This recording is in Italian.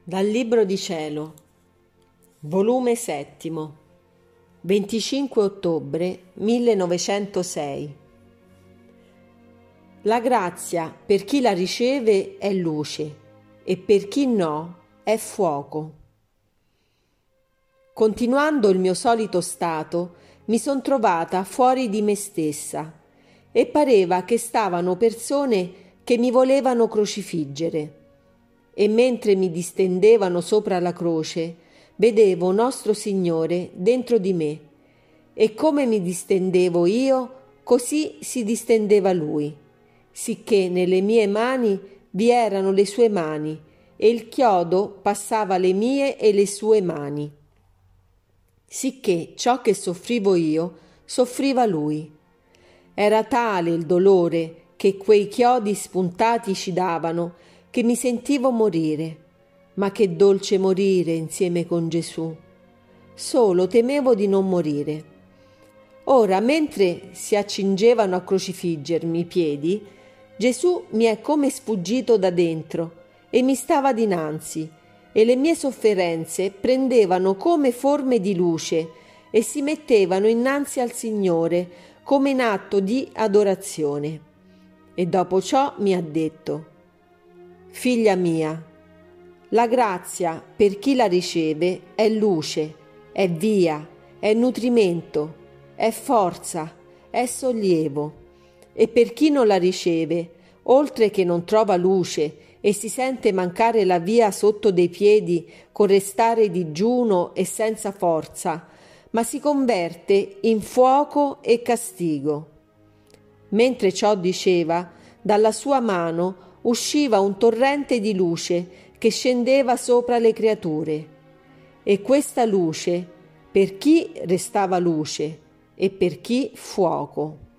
Dal Libro di Cielo, volume 7, 25 ottobre 1906. La grazia per chi la riceve è luce e per chi no è fuoco. Continuando il mio solito stato, mi son trovata fuori di me stessa e pareva che stavano persone che mi volevano crocifiggere. E mentre mi distendevano sopra la croce, vedevo nostro Signore dentro di me, e come mi distendevo io, così si distendeva Lui, sicché nelle mie mani vi erano le sue mani, e il chiodo passava le mie e le sue mani. Sicché ciò che soffrivo io, soffriva Lui. Era tale il dolore che quei chiodi spuntati ci davano, che mi sentivo morire, ma che dolce morire insieme con Gesù. Solo temevo di non morire. Ora, mentre si accingevano a crocifiggermi i piedi, Gesù mi è come sfuggito da dentro e mi stava dinanzi, e le mie sofferenze prendevano come forme di luce e si mettevano innanzi al Signore come in atto di adorazione. E dopo ciò mi ha detto: Figlia mia, la grazia per chi la riceve è luce, è via, è nutrimento, è forza, è sollievo. E per chi non la riceve, oltre che non trova luce e si sente mancare la via sotto dei piedi con restare digiuno e senza forza, ma si converte in fuoco e castigo. Mentre ciò diceva, dalla sua mano usciva un torrente di luce che scendeva sopra le creature. E questa luce, per chi restava luce e per chi fuoco.